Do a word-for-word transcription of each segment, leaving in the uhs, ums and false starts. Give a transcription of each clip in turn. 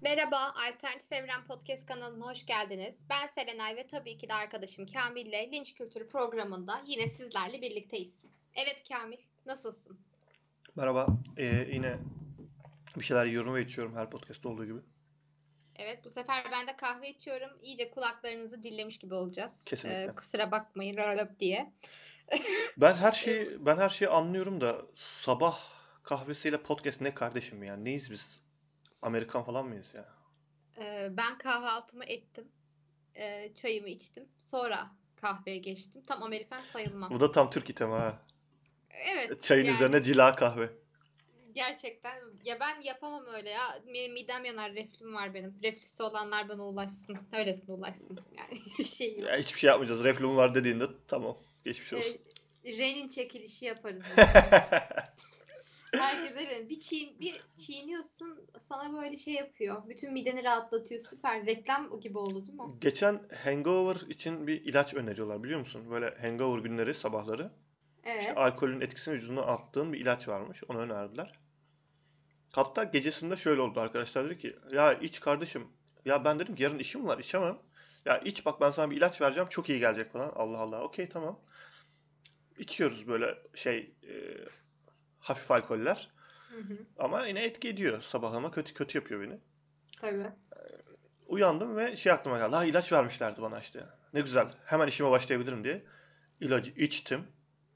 Merhaba, Alternatif Evren Podcast kanalına hoş geldiniz. Ben Serenay ve tabii ki de arkadaşım Kamil ile Linç Kültürü programında yine sizlerle birlikteyiz. Evet Kamil, nasılsın? Merhaba. Ee, yine bir şeyler yiyorum ve içiyorum her podcast'ta olduğu gibi. Evet, bu sefer ben de kahve içiyorum. İyice kulaklarınızı dinlemiş gibi olacağız. Kesinlikle. Ee, kusura bakmayın rölöp diye. Ben her şeyi ben her şeyi anlıyorum da sabah kahvesiyle podcast ne kardeşim ya? Neyiz biz? Amerikan falan mıyız ya? Ee, ben kahvaltımı ettim. Ee, çayımı içtim. Sonra kahveye geçtim. Tam Amerikan sayılmam. Bu da tam Türk itemi ha. Evet, Çayın yani üzerine cila kahve. gerçekten ya ben yapamam öyle ya. Benim midem yanar, reflüm var benim. Reflüsü olanlar bana ulaşsın. Öylesine ulaşsın. Yani bir şey yok. Ya hiçbir şey yapmayacağız. Reflüm var dediğinde tamam. Geçmiş olsun. Ee, Renin çekilişi yaparız biz de. Herkese renin. Bir, çiğ, bir çiğniyorsun sana böyle şey yapıyor. Bütün mideni rahatlatıyor. Süper. Reklam gibi oldu değil mi? Geçen hangover için bir ilaç öneriyorlar biliyor musun? Böyle hangover günleri sabahları. İşte Evet. alkolün etkisini vücuduna attığın bir ilaç varmış. Onu önerdiler. Hatta gecesinde şöyle oldu, arkadaşlar dedi ki ya iç kardeşim. Ya ben dedim ki yarın işim var, içemem. Ya iç bak, ben sana bir ilaç vereceğim, çok iyi gelecek falan. Allah Allah, okey tamam. İçiyoruz böyle şey e, hafif alkoller. Hı hı. Ama yine etki ediyor, sabahlama kötü kötü yapıyor beni. Tabii. Uyandım ve şey aklıma geldi. Ha, ilaç vermişlerdi bana işte. Ne güzel, hemen işime başlayabilirim diye. İlacı içtim.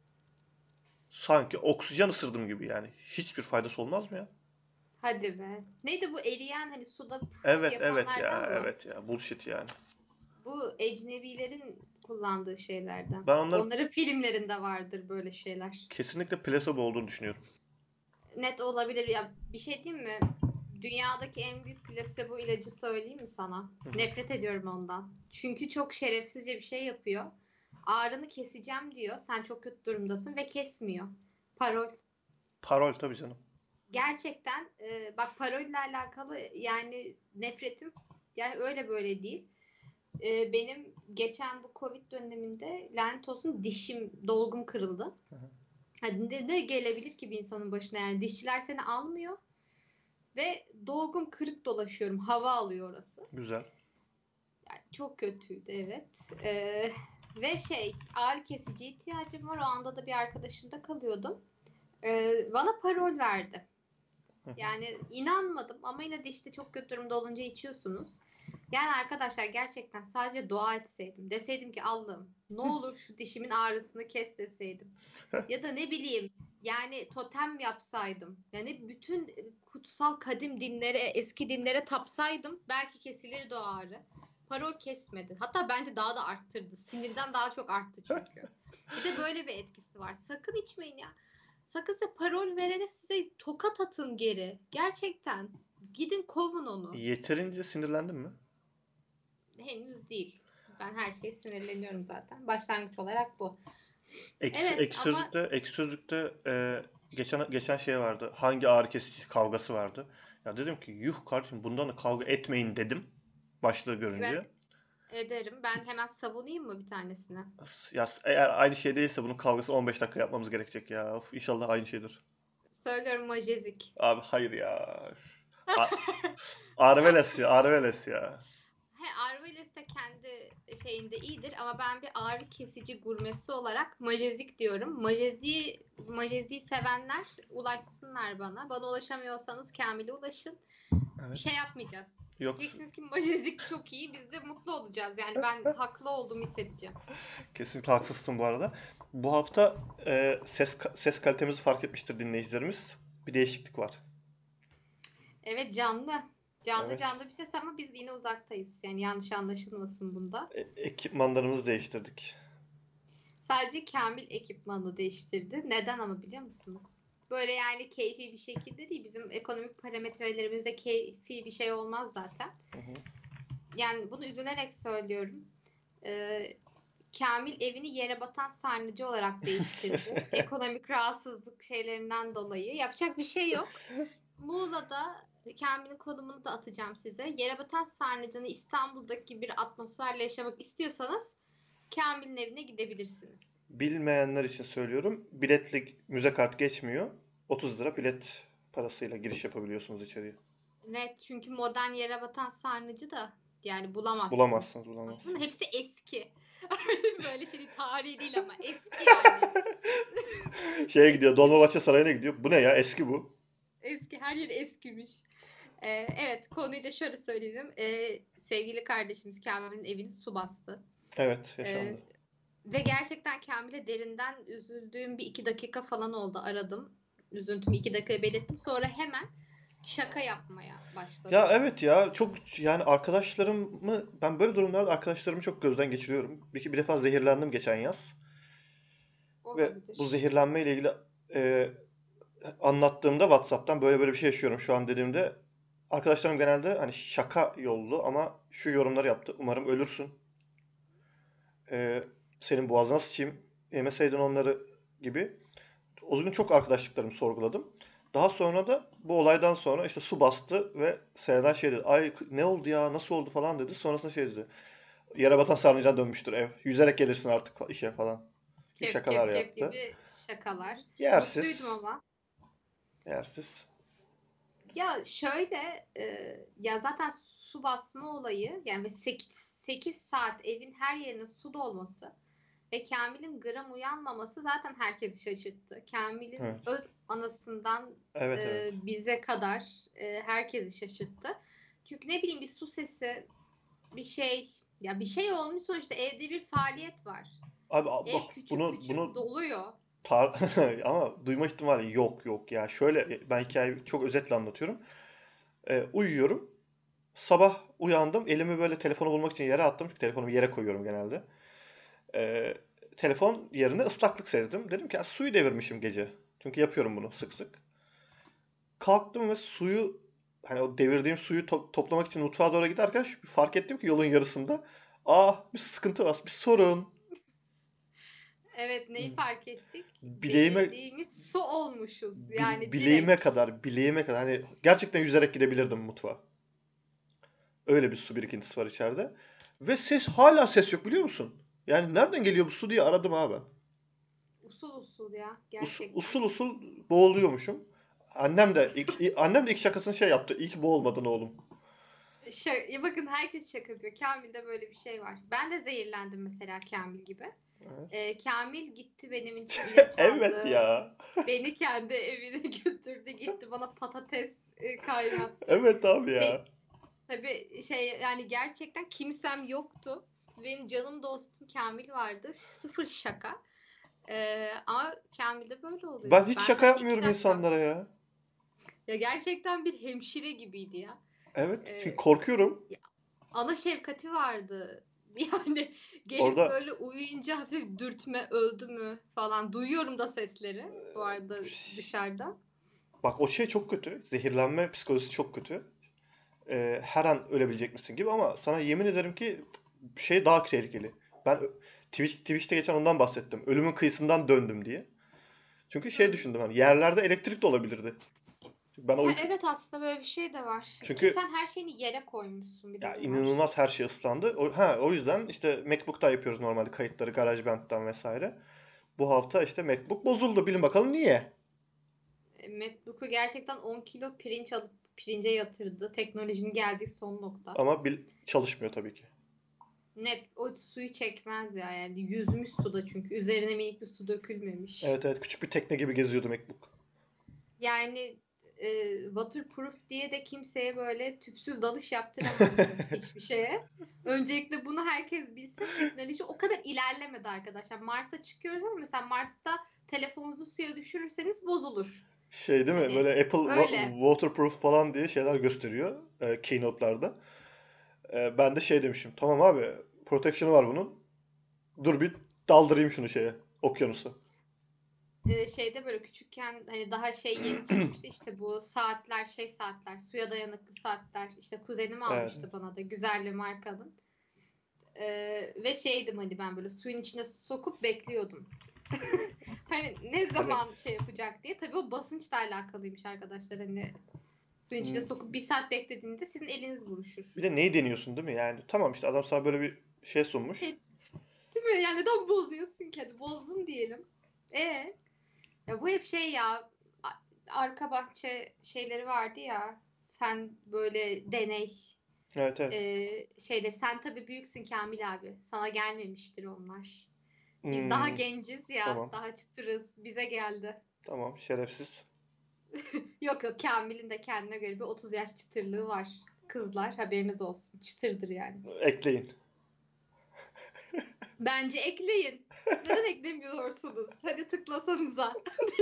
Sanki oksijen ısırdım gibi yani. Hiçbir faydası olmaz mı ya? Hadi be. Neydi bu eriyen hani suda puf Evet evet yapanlardan ya mı? evet ya bullshit yani. Bu ecnebilerin kullandığı şeylerden. Ben onları Onların filmlerinde vardır böyle şeyler. kesinlikle plasebo olduğunu düşünüyorum. Net olabilir. Ya bir şey diyeyim mi? Dünyadaki en büyük plasebo ilacı söyleyeyim mi sana? Hı hı. Nefret ediyorum ondan. Çünkü çok şerefsizce bir şey yapıyor. Ağrını keseceğim diyor. Sen çok kötü durumdasın ve kesmiyor. Parol. Parol tabii canım. Gerçekten e, bak parolle alakalı yani nefretim yani öyle böyle değil. E, benim geçen bu Covid döneminde lanet olsun dişim, dolgum kırıldı. Hı hı. Hani ne, ne gelebilir ki bir insanın başına, yani dişçiler seni almıyor ve dolgum kırık dolaşıyorum. Hava alıyor orası. Güzel. Yani çok kötüydü, evet. Ee, ve şey, ağrı kesici ihtiyacım var. O anda da bir arkadaşımda kalıyordum. Ee, bana parol verdi. Hı hı. Yani inanmadım ama yine de işte çok kötü durumda olunca içiyorsunuz. Yani arkadaşlar gerçekten sadece dua etseydim. Deseydim ki Allah'ım ne olur şu dişimin ağrısını kes deseydim. Ya da ne bileyim yani totem yapsaydım. Yani bütün kutsal kadim dinlere, eski dinlere tapsaydım belki kesilirdi o ağrı. Parol kesmedi. Hatta bence daha da arttırdı. Sinirden daha çok arttı çünkü. Bir de böyle bir etkisi var. Sakın içmeyin ya. Sakın size parol verene size tokat atın geri. Gerçekten. Gidin kovun onu. Yeterince sinirlendin mi? Henüz değil. Ben her şeye sinirleniyorum zaten. Başlangıç olarak bu. Ekşi, Evet ekşi ama sözlükte, ekşi sözlükte e, geçen geçen şey vardı. Hangi ağrı kesici kavgası vardı. Ya dedim ki yuh kardeşim, bundan da kavga etmeyin dedim. Başlığı ben görünce. ederim. Ben hemen savunayım mı bir tanesini? Ya eğer aynı şey değilse bunun kavgası on beş dakika yapmamız gerekecek ya. Of, inşallah aynı şeydir. Söylüyorum, majezik. Abi hayır ya. A Arveles ya, Arveles ya. He, Arveles de kendi şeyinde iyidir ama ben bir ağrı kesici gurmesi olarak majezik diyorum. Majeziyi, majeziyi sevenler ulaşsınlar bana. Bana ulaşamıyorsanız Kamil'e ulaşın. Evet. Bir şey yapmayacağız. Yok. Diyeceksiniz ki majezik çok iyi, biz de mutlu olacağız. Yani ben haklı olduğumu hissedeceğim. Kesinlikle haksızsın bu arada. Bu hafta e, ses ses kalitemizi fark etmiştir dinleyicilerimiz. Bir değişiklik var. Evet, canlı. Canlı Evet. canlı bir ses ama biz yine uzaktayız. Yani yanlış anlaşılmasın bunda. E, ekipmanlarımızı değiştirdik. Sadece Kamil ekipmanı değiştirdi. Neden ama biliyor musunuz? Böyle yani keyfi bir şekilde değil. Bizim ekonomik parametrelerimizde keyfi bir şey olmaz zaten. Hı hı. Yani bunu üzülerek söylüyorum. Ee, Kamil evini yere batan sarnıcı olarak değiştirdi. Ekonomik rahatsızlık şeylerinden dolayı. Yapacak bir şey yok. Muğla'da Kamil'in konumunu da atacağım size. Yere batan sarnıcını İstanbul'daki bir atmosferle yaşamak istiyorsanız Kamil'in evine gidebilirsiniz. Bilmeyenler için söylüyorum. Biletlik müze kart geçmiyor. otuz lira bilet parasıyla giriş yapabiliyorsunuz içeriye. Net, çünkü modern yere batan sarnıcı da yani bulamazsın. Bulamazsınız, Anladın mı? bulamazsınız. Hepsi eski. Böyle şey değil, tarihi değil ama eski yani. Şeye gidiyor, Dolmabahçe Eskimiş. Sarayı'na gidiyor. Bu ne ya? Eski bu. Eski, her yer eskimiş. Ee, evet, konuyu da şöyle söyleyelim. Ee, sevgili kardeşimiz Kamil'in evini su bastı. Evet, Ee, yaşandı. ve gerçekten Kamil'e derinden üzüldüğüm bir iki dakika falan oldu. Aradım. Üzüntümü iki dakikaya belirttim. Sonra hemen şaka yapmaya başladım. Ya evet ya, çok yani arkadaşlarımı, ben böyle durumlarda arkadaşlarımı çok gözden geçiriyorum. Bir, bir defa zehirlendim geçen yaz. Ve bu Olabilir. zehirlenmeyle ilgili e, anlattığımda WhatsApp'tan böyle böyle bir şey yaşıyorum şu an dediğimde, arkadaşlarım genelde hani şaka yollu ama şu yorumları yaptı. Umarım ölürsün. E, Senin boğazına sıçayım. Yemeseydin onları gibi. O gün çok arkadaşlıklarımı sorguladım. Daha sonra da bu olaydan sonra işte su bastı ve Seyda şey dedi. Ay ne oldu ya, nasıl oldu falan dedi. Sonrasında şey dedi. Yere batan sarnıca dönmüştür ev. Yüzerek gelirsin artık işe falan. Bir Kef şakalar kef kef yaptı. gibi şakalar. Yersiz. Mutluydum ama. Yersiz. Ya şöyle, e, ya zaten su basma olayı yani sekiz saat evin her yerine su dolması ve Kamil'in gram uyanmaması zaten herkesi şaşırttı. Kamil'in Evet. öz anasından Evet, e, evet. bize kadar e, herkesi şaşırttı. Çünkü ne bileyim, bir su sesi, bir şey, ya bir şey olmuş, sonuçta evde bir faaliyet var. Abi bak Ev küçük bunu küçük bunu doluyor. tar- ama duyma ihtimali yok yok ya. Şöyle, ben hikayeyi çok özetle anlatıyorum. Ee, uyuyorum. Sabah uyandım. Elimi böyle telefonu bulmak için yere attım. Çünkü telefonumu yere koyuyorum genelde. Ee, Telefon yerine ıslaklık sezdim. Dedim ki "Ya, suyu devirmişim gece." Çünkü yapıyorum bunu sık sık. Kalktım ve suyu, hani o devirdiğim suyu to- toplamak için mutfağa doğru giderken şu- fark ettim ki yolun yarısında ah bir sıkıntı var, bir sorun. Evet, neyi fark ettik? Bileğime Devirdiğimiz su olmuşuz bil- yani, bileğime direkt. kadar, bileğime kadar, hani gerçekten yüzerek gidebilirdim mutfağa. Öyle bir su birikintisi var içeride. Ve ses, hala ses yok, biliyor musun? Yani nereden geliyor bu su diye aradım abi. Usul usul ya, Us- gerçekten. usul usul boğuluyormuşum. Annem de ilk, annem de ilk şakasını şey yaptı. İyi ki boğulmadın oğlum. Şa- ya bakın, herkes şaka yapıyor. Kamil'de böyle bir şey var. Ben de zehirlendim mesela Kamil gibi. Evet, Ee, Kamil gitti benim için ilaç evet aldı. ya. Beni kendi evine götürdü. Gitti bana patates e, kaynattı. Evet abi Ve ya. tabii şey, yani gerçekten kimsem yoktu. Benim canım dostum Kamil vardı. Sıfır şaka. Ee, ama Kamil'de böyle Ben oluyor. hiç Ben şaka sadece iki yapmıyorum dakika. insanlara ya. Ya gerçekten bir hemşire gibiydi ya. Evet. Çünkü Ee, korkuyorum. ana şefkati vardı. Yani gelip Orada böyle uyuyunca hafif dürtme, öldü mü falan. Duyuyorum da sesleri bu arada dışarıda. bak, o şey çok kötü. Zehirlenme psikolojisi çok kötü. Ee, her an ölebilecek misin gibi, ama sana yemin ederim ki şey daha tehlikeli. Ben ö- Twitch, Twitch'te geçen ondan bahsettim. Ölümün kıyısından döndüm diye. Çünkü şey Hı. düşündüm, hani yerlerde elektrik de olabilirdi. Ben o Ya evet, aslında böyle bir şey de var. Ki çünkü sen her şeyini yere koymuşsun, bir de ya o var. inanılmaz her şey ıslandı. O, ha o yüzden işte MacBook'ta yapıyoruz normalde kayıtları, GarageBand'dan vesaire. Bu hafta işte MacBook bozuldu. Bilin bakalım niye? E, MacBook'u gerçekten on kilo pirinç alıp pirince yatırdı. Teknolojinin geldiği son nokta. Ama bil, çalışmıyor tabii ki. Net, o suyu çekmez ya, yani yüzmüş suda, çünkü üzerine minik bir su dökülmemiş. Evet, evet, küçük bir tekne gibi geziyordu MacBook. Yani e, waterproof diye de kimseye böyle tüpsüz dalış yaptıramazsın hiçbir şeye. Öncelikle bunu herkes bilsin. Teknoloji o kadar ilerlemedi arkadaşlar. Mars'a çıkıyoruz ama mesela Mars'ta telefonunuzu suya düşürürseniz bozulur. Şey değil mi? Hani Böyle Apple wa- öyle. waterproof falan diye şeyler gösteriyor e, keynote'larda. E, ben de şey demişim. Tamam abi, protection'ı var bunun. Dur bir daldırayım şunu şeye, okyanusa. E, şeyde böyle küçükken hani daha şey yeni çıkmıştı, işte bu saatler, şey saatler, suya dayanıklı saatler, işte kuzenim Evet. almıştı bana da, güzelli markanın. E, ve şeydim, hani ben böyle suyun içine sokup bekliyordum. Hani ne Hani zaman şey yapacak diye. Tabii o basınçla alakalıymış arkadaşlar. Hani suyun içine hmm, sokup bir saat beklediğinizde sizin eliniz buruşur. bir de neyi deniyorsun değil mi? Yani tamam, işte adam sana böyle bir şey sunmuş. Değil mi? Yani neden bozuyorsun ki? Hadi bozdun diyelim. E ya bu hep şey ya, arka bahçe şeyleri vardı ya. fen böyle deney Evet evet. e, şeyler. Sen tabii büyüksün Kamil abi. Sana gelmemiştir onlar. Biz daha Hmm, genciz ya. tamam. Daha çıtırız. Bize geldi. Tamam. Şerefsiz. Yok yok, Kamil'in de kendine göre bir otuz yaş çıtırlığı var. Kızlar haberiniz olsun. Çıtırdır yani. Ekleyin. Bence ekleyin. Neden eklemiyorsunuz? Hadi tıklasanıza.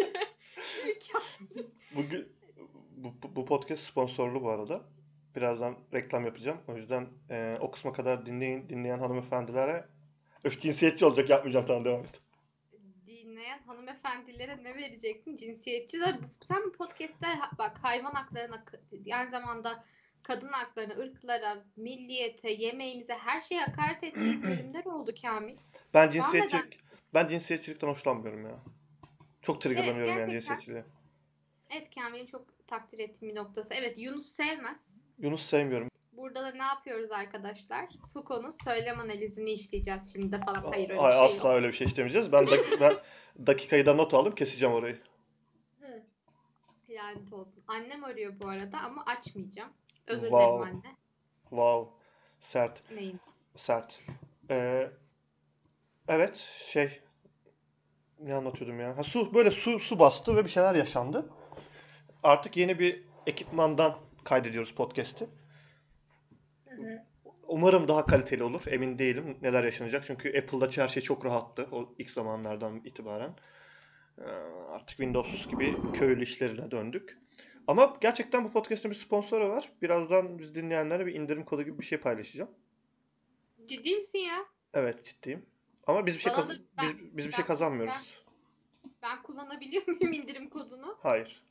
Bugün bu, bu, bu podcast sponsorlu bu arada. Birazdan reklam yapacağım. O yüzden e, o kısma kadar dinleyin, dinleyen hanımefendilere öf cinsiyetçi olacak yapmayacağım, tamam devam et. Dinleyen hanımefendilere ne verecektin? Cinsiyetçi. Sen bu podcast'te bak hayvan haklarına, aynı zamanda kadın haklarına, ırklara, milliyete, yemeğimize, her şeye hakaret ettiğin bölümler oldu Kamil. Ben Şu an neden? cinsiyetçilik ben cinsiyetçilikten hoşlanmıyorum ya. Çok Evet triggerlanıyorum yani gerçekten. cinsiyetçiliğe. Evet, Kamil'in çok takdir ettiğim bir noktası. Evet, Yunus sevmez. Yunus sevmiyorum. Burada da ne yapıyoruz arkadaşlar? Foucault'un söylem analizini işleyeceğiz şimdi de falan. Hayır, öyle Ay, bir şey asla yok. öyle bir şey istemeyeceğiz. Ben, dak- ben dakikayı da not aldım, keseceğim orayı. Hı. Lanet olsun. Annem arıyor bu arada ama açmayacağım. Özür dilerim Wow. anne. Wow. Sert. Neyim? Sert. Ee, evet şey ne anlatıyordum ya? Ha, su böyle su su bastı ve bir şeyler yaşandı. Artık yeni bir ekipmandan kaydediyoruz podcast'i. Hı hı. Umarım daha kaliteli olur. Emin değilim neler yaşanacak. Çünkü Apple'da her şey çok rahattı o ilk zamanlardan itibaren. Ee, Artık Windows gibi köylü işlerine döndük. Ama gerçekten bu podcast'ın bir sponsoru var. Birazdan biz dinleyenlere bir indirim kodu gibi bir şey paylaşacağım. Ciddi misin ya? Evet, ciddiyim. Ama biz bir şey Bana kaz- da biz, ben biz bir şey ben ben kazanmıyoruz. ben kullanabiliyor muyum indirim kodunu? Hayır.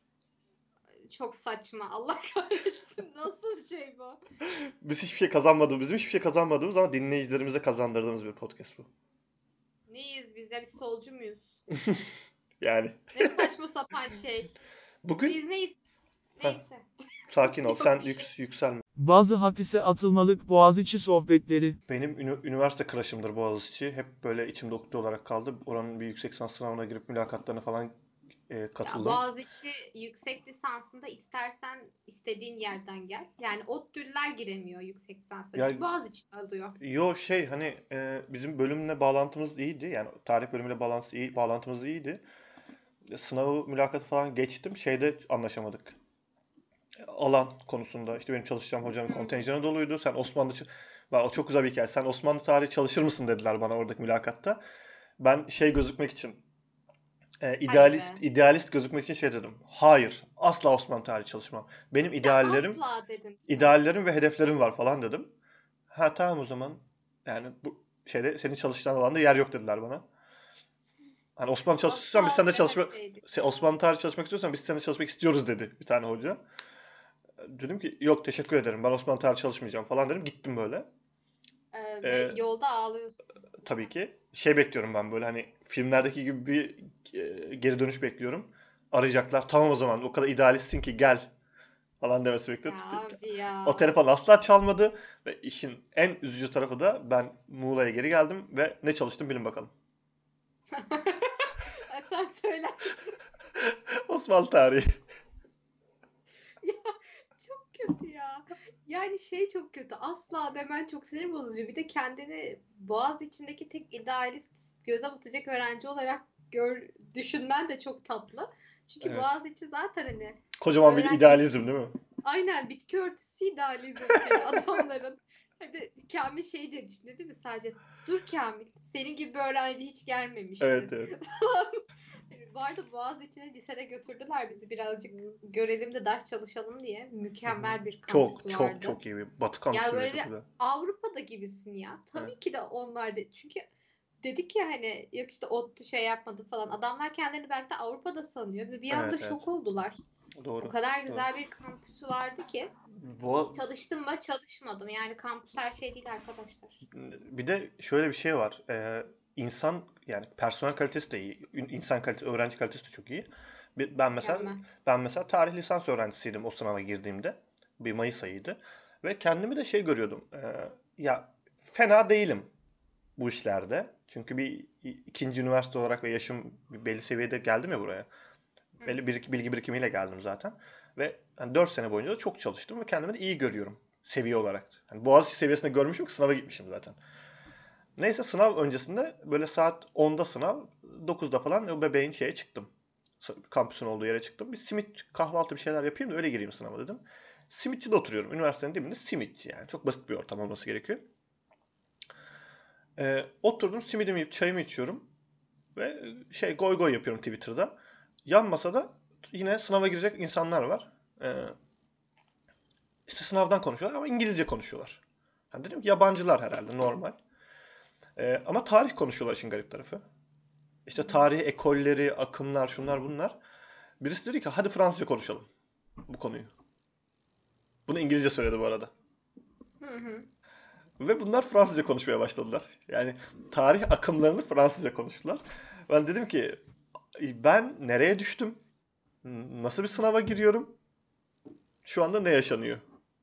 Çok saçma. Allah kahretsin. Nasıl şey bu? Biz hiçbir şey kazanmadığımız, bizim hiçbir şey kazanmadığımız ama dinleyicilerimize kazandırdığımız bir podcast bu. Neyiz biz ya? Biz solcu muyuz? Yani. Ne saçma sapan şey. Bugün Biz neyiz? Heh, Neyse. sakin ol. Yok Sen bir şey. yük, yükselme. Bazı hapise atılmalık Boğaziçi sohbetleri. Benim ünü- üniversite crush'ımdır Boğaziçi. Hep böyle içimde ukde olarak kaldı. Oranın bir yüksek lisans sınavına girip mülakatlarına falan e, Ya katıldım. Boğaziçi yüksek lisansında istersen istediğin yerden gel. Yani ODTÜ'lüler giremiyor yüksek lisansa. Ya Çünkü Boğaziçi alıyor. yo şey hani e, bizim bölümle bağlantımız iyiydi. Yani tarih bölümüyle bağlantısı iyi, bağlantımız iyiydi. Sınavı, mülakatı falan geçtim. Şeyde anlaşamadık. Alan konusunda. İşte benim çalışacağım hocanın Hmm. kontenjanı doluydu. Sen Osmanlı ç- Bak, o çok güzel bir hikaye. Sen Osmanlı tarihi çalışır mısın dediler bana oradaki mülakatta. Ben şey gözükmek için e, Hadi idealist be. idealist gözükmek için şey dedim. Hayır, asla Osmanlı tarihi çalışmam. Benim Ya ideallerim, asla dedin değil mi? ideallerim ve hedeflerim var falan dedim. Ha tamam o zaman. Yani bu şeyde senin çalıştığın alanda yer yok dediler bana. Hani Osmanlı çalışırsan biz Asla seninle çalışma demeseydik şey, ya. Osmanlı tarihi çalışmak istiyorsan biz seninle çalışmak istiyoruz dedi bir tane hoca. Dedim ki yok teşekkür ederim. Ben Osmanlı tarihi çalışmayacağım falan dedim. Gittim böyle. Ee, ve Ee, yolda ağlıyorsun. tabii ki. Şey bekliyorum ben böyle hani filmlerdeki gibi bir e, geri dönüş bekliyorum. Arayacaklar. Tamam o zaman o kadar idealistsin ki gel falan demesi Ya bekliyorum. abi ya. O telefon asla çalmadı ve işin en üzücü tarafı da ben Muğla'ya geri geldim ve ne çalıştım bilin bakalım. Ay, sen söyler misin? Osmanlı tarihi. Ya çok kötü ya. Yani şey çok kötü. Asla demen çok sinir bozucu. Bir de kendini Boğaz içindeki tek idealist göze batacak öğrenci olarak gör, düşünmen de çok tatlı. Çünkü Evet. Boğaziçi zaten hani Kocaman bir öğrenci idealizm değil mi? aynen bitki örtüsü idealizm hani adamların. Hani Kamil şey diye düşündü değil mi sadece? Dur Kamil, senin gibi bir öğrenci hiç gelmemişti. Evet evet. Bu arada Boğaziçi'ne lisede götürdüler bizi birazcık görelim de ders çalışalım diye. Hı hı. Mükemmel bir Çok kampüsü çok vardı. çok iyi bir Batı Ya kampüsü ve çok böyle güzel. Avrupa'da gibisin ya. Evet. Tabii ki de onlar da. Çünkü dedik ya hani yok işte ODTÜ şey yapmadı falan. Adamlar kendilerini belki de Avrupa'da sanıyor ve bir anda Evet evet. şok oldular. O Doğru. kadar Doğru. güzel bir kampüsü vardı ki. Bu Çalıştım mı çalışmadım. Yani kampüs her şey değil arkadaşlar. bir de şöyle bir şey var. Ee, insan yani personel kalitesi de iyi. Ün- İnsan kalitesi, öğrenci kalitesi de çok iyi. Bir- Ben mesela Mükemmel. ben mesela tarih lisans öğrencisiydim o sınava girdiğimde. Bir Mayıs ayıydı. Ve kendimi de şey görüyordum. Ee, ya fena değilim bu işlerde. Çünkü bir ikinci üniversite olarak ve yaşım bir belli seviyede geldim ya buraya. Hı Belli hı. bir bilgi birikimiyle geldim zaten. Ve yani dört sene boyunca da çok çalıştım ve kendimi de iyi görüyorum seviye olarak. Yani Boğaziçi seviyesinde görmüşüm ki sınava gitmişim zaten. Neyse sınav öncesinde böyle saat onda sınav, dokuzda falan o bebeğin şeye çıktım. Kampüsün olduğu yere çıktım. Bir simit, kahvaltı bir şeyler yapayım da öyle gireyim sınava dedim. Simitçide oturuyorum. Üniversitenin dibinde simitçi yani. Çok basit bir ortam olması gerekiyor. Ee, oturdum simidimi yiyip çayımı içiyorum. Ve şey goy goy yapıyorum Twitter'da. Yan masada yine sınava girecek insanlar var. Ee, işte sınavdan konuşuyorlar ama İngilizce konuşuyorlar. Yani dedim ki yabancılar herhalde normal. Ee, ama tarih konuşuyorlar işin garip tarafı. İşte tarih ekolleri, akımlar, şunlar bunlar. Birisi dedi ki hadi Fransızca konuşalım bu konuyu. Bunu İngilizce söyledi bu arada. Hı hı. Ve bunlar Fransızca konuşmaya başladılar. Yani tarih akımlarını Fransızca konuştular. Ben dedim ki ben nereye düştüm? Nasıl bir sınava giriyorum? Şu anda ne yaşanıyor?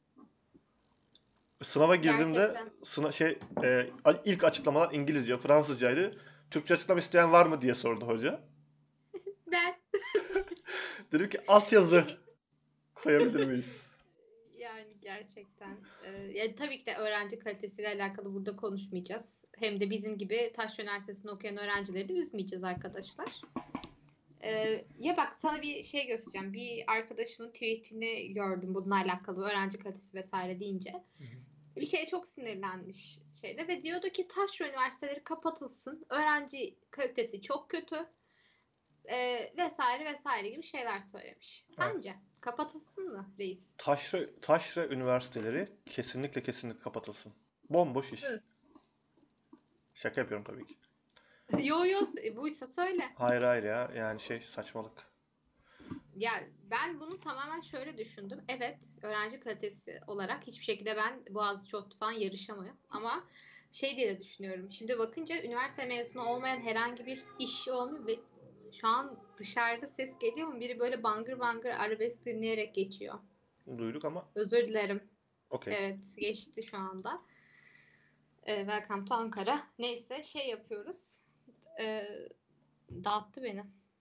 Sınava girdiğimde Gerçekten. sınav şey e, ilk açıklamalar İngilizce, Fransızcaydı. Türkçe açıklama isteyen var mı diye sordu hoca. Ben. Dedim ki altyazı koyabilir miyiz? Yani gerçekten. E, yani tabii ki de öğrenci kalitesiyle alakalı burada konuşmayacağız. Hem de bizim gibi Taş Üniversitesi'nde okuyan öğrencileri de üzmeyeceğiz arkadaşlar. E, ya bak sana bir şey göstereceğim. Bir arkadaşımın tweetini gördüm bununla alakalı öğrenci kalitesi vesaire deyince. Bir şeye çok sinirlenmiş şeyde ve diyordu ki taşra üniversiteleri kapatılsın. Öğrenci kalitesi çok kötü. E, vesaire vesaire gibi şeyler söylemiş. Sence kapatılsın mı reis? Taşra, taşra üniversiteleri kesinlikle kesinlikle kapatılsın. Bomboş iş. Evet. Şaka yapıyorum tabii ki. Yo yo e, buysa söyle. Hayır hayır ya yani şey saçmalık. Ya ben bunu tamamen şöyle düşündüm. Evet öğrenci kalitesi olarak hiçbir şekilde ben Boğaziçi ODTÜ falan yarışamıyorum. Ama şey diye de düşünüyorum. Şimdi bakınca üniversite mezunu olmayan herhangi bir iş olmuyor ve şu an dışarıda ses geliyor mu? Biri böyle bangır bangır arabesk dinleyerek geçiyor. Duyduk ama Özür dilerim. okey. Evet geçti şu anda. Ee, welcome to Ankara. Neyse şey yapıyoruz. Ee, dağıttı beni.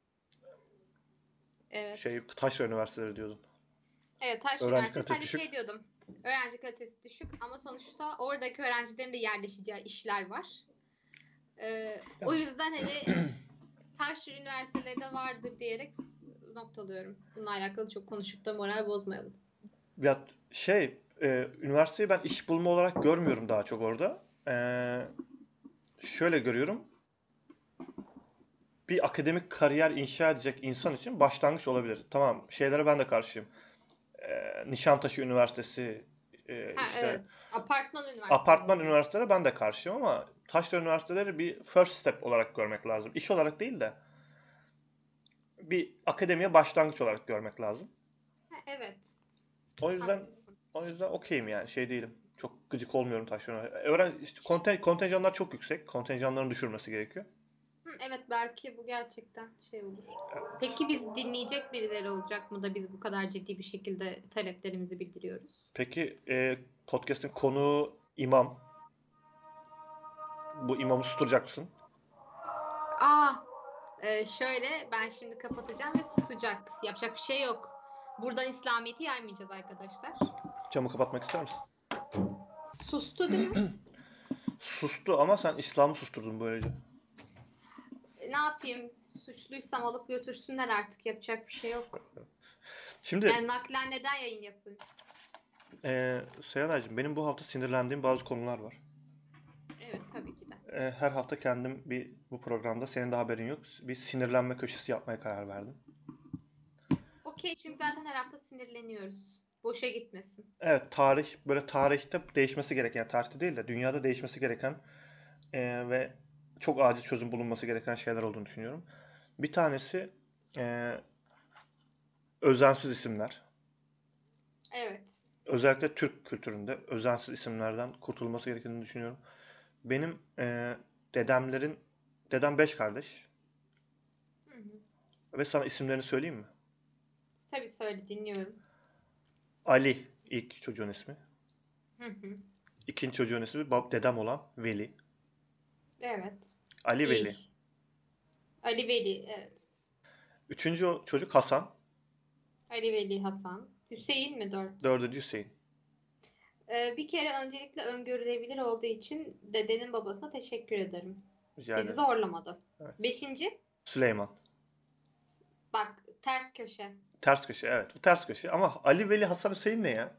Evet. Şey Taşra üniversiteleri diyordun. Evet Taş Öğrenci Üniversitesi kalitesi hani düşük. şey diyordum. Öğrenci kalitesi düşük ama sonuçta oradaki öğrencilerin de yerleşeceği işler var. Ee, o yüzden hani Taş Üniversiteleri de vardır diyerek noktalıyorum. Bununla alakalı çok konuşup da moral bozmayalım. Ya şey e, üniversiteyi ben iş bulma olarak görmüyorum daha çok orada. E, şöyle görüyorum. Bir akademik kariyer inşa edecek insan için başlangıç olabilir. Tamam, şeylere ben de karşıyım. Ee, Nişantaşı Üniversitesi, e, Ha işte evet. Apartman üniversiteleri. apartman üniversitelere ben de karşıyım ama taşra üniversiteleri bir first step olarak görmek lazım. İş olarak değil de bir akademiye başlangıç olarak görmek lazım. Ha, evet. O yüzden Haklısın. o yüzden okeyim yani şey değilim. Çok gıcık olmuyorum taşra üniversiteleri. Öğren işte konten, kontenjanlar çok yüksek. Kontenjanların düşürmesi gerekiyor. Hı, evet belki bu gerçekten şey olur. Peki biz dinleyecek birileri olacak mı da biz bu kadar ciddi bir şekilde taleplerimizi bildiriyoruz? Peki e, podcast'in konuğu imam. Bu imamı susturacak mısın? Aa, e, şöyle ben şimdi kapatacağım ve susacak. Yapacak bir şey yok. Buradan İslamiyet'i yaymayacağız arkadaşlar. Camı kapatmak ister misin? Sustu değil mi? Sustu ama sen İslam'ı susturdun böylece. E, ne yapayım? Suçluysam alıp götürsünler artık. Yapacak bir şey yok. Şimdi Yani naklen neden yayın yapayım? e, Seyanaycığım benim bu hafta sinirlendiğim bazı konular var. Evet tabii ki de. E, her hafta kendim bir bu programda senin de haberin yok. Bir sinirlenme köşesi yapmaya karar verdim. Okey çünkü zaten her hafta sinirleniyoruz. Boşa gitmesin. Evet tarih böyle tarihte değişmesi gereken yani tarihte değil de dünyada değişmesi gereken e, ve çok acil çözüm bulunması gereken şeyler olduğunu düşünüyorum. Bir tanesi e, özensiz isimler. Evet. Özellikle Türk kültüründe özensiz isimlerden kurtulması gerektiğini düşünüyorum. Benim e, dedemlerin, dedem beş kardeş Hı hı. ve sana isimlerini söyleyeyim mi? Tabii söyle dinliyorum. Ali ilk çocuğun ismi. Hı hı. İkinci çocuğun ismi bab- dedem olan Veli. Evet. Ali İyi. Veli. Ali Veli evet. Üçüncü o- çocuk Hasan. Ali Veli Hasan. Hüseyin mi dört? Dördüncü Hüseyin. Ee, bir kere öncelikle öngörülebilir olduğu için dedenin babasına teşekkür ederim. Rica Bizi ederim. zorlamadı. Evet. Beşinci, Süleyman. bak ters köşe. Ters köşe, evet. Bu ters köşe. Ama Ali, Veli, Hasan, Hüseyin ne ya?